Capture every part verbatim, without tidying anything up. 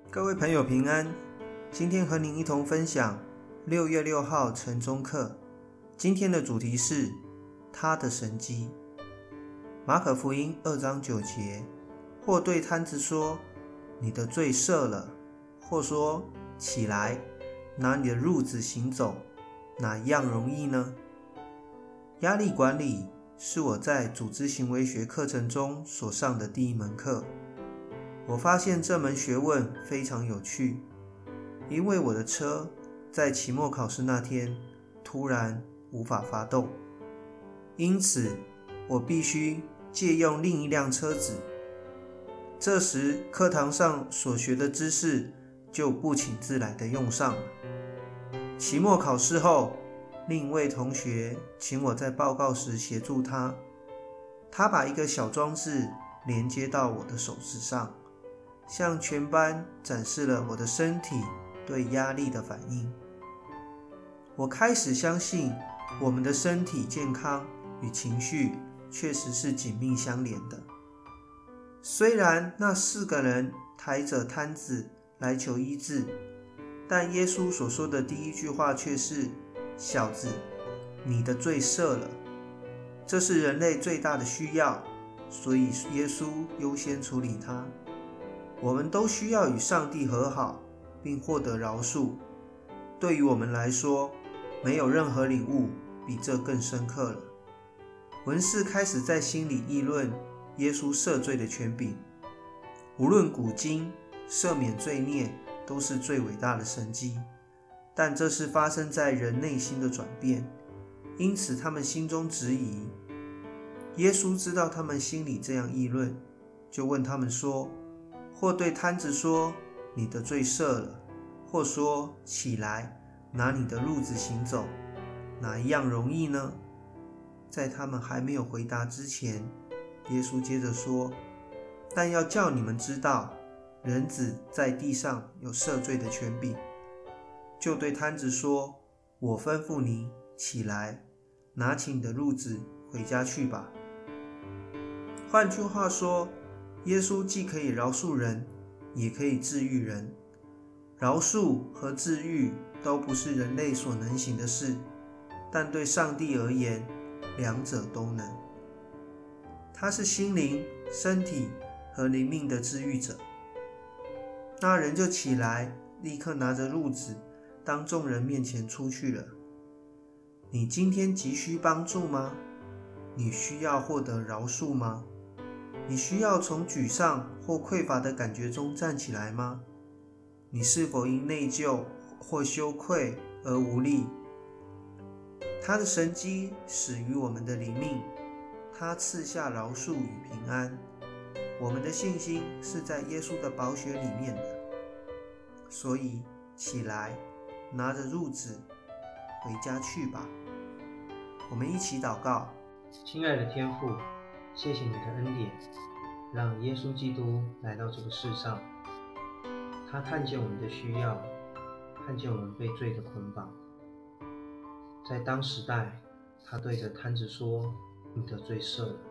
各位朋友平安，今天和您一同分享六月六号晨钟课。今天的主题是他的神迹。马可福音二章九节，或对摊子说，你的罪赦了，或说，起来，拿你的褥子行走，哪一样容易呢？压力管理是我在组织行为学课程中所上的第一门课。我发现这门学问非常有趣，因为我的车在期末考试那天突然无法发动，因此我必须借用另一辆车子。这时课堂上所学的知识就不请自来的用上了。期末考试后，另一位同学请我在报告时协助他，他把一个小装置连接到我的手指上，向全班展示了我的身体对压力的反应。我开始相信我们的身体健康与情绪确实是紧密相连的。虽然那四个人抬着摊子来求医治，但耶稣所说的第一句话却是，小子，你的罪赦了。这是人类最大的需要，所以耶稣优先处理它。我们都需要与上帝和好，并获得饶恕。对于我们来说，没有任何领悟比这更深刻了。文士开始在心里议论耶稣赦罪的权柄。无论古今，赦免罪孽都是最伟大的神迹，但这是发生在人内心的转变，因此他们心中质疑。耶稣知道他们心里这样议论，就问他们说，或对摊子说，你的罪赦了，或说，起来，拿你的褥子行走，哪一样容易呢？在他们还没有回答之前，耶稣接着说，但要叫你们知道，人子在地上有赦罪的权柄。就对摊子说，我吩咐你起来，拿起你的褥子回家去吧。换句话说，耶稣既可以饶恕人，也可以治愈人。饶恕和治愈都不是人类所能行的事，但对上帝而言，两者都能。他是心灵、身体和灵命的治愈者。那人就起来，立刻拿着褥子，当众人面前出去了。你今天急需帮助吗？你需要获得饶恕吗？你需要从沮丧或匮乏的感觉中站起来吗？你是否因内疚或羞愧而无力？他的神迹始于我们的灵命，他赐下饶恕与平安。我们的信心是在耶稣的宝血里面的。所以起来，拿着褥子回家去吧。我们一起祷告。 亲爱的天父，谢谢你的恩典，让耶稣基督来到这个世上。他看见我们的需要，看见我们被罪的捆绑。在当时代，他对着摊子说，你的罪赦了。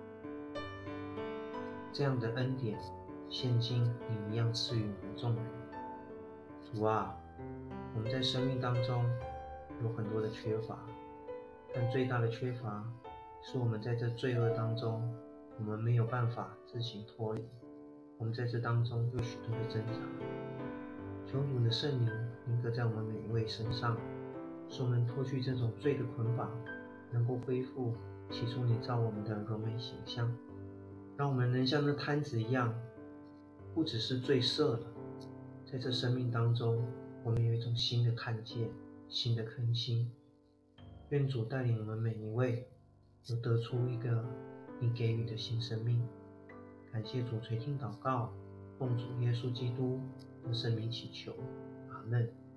这样的恩典，现今你一样赐予我们众人。主啊，我们在生命当中有很多的缺乏，但最大的缺乏是我们在这罪恶当中，我们没有办法自行脱离，我们在这当中有许多的挣扎。求主的圣灵临格在我们每一位身上，使我们脱去这种罪的捆绑，能够恢复起初你造我们的柔美形象，让我们能像那摊子一样，不只是罪赦了，在这生命当中，我们有一种新的看见，新的更新。愿主带领我们每一位，有得出一个你给予的新生命。感谢主垂听祷告，奉主耶稣基督的圣名祈求，阿们。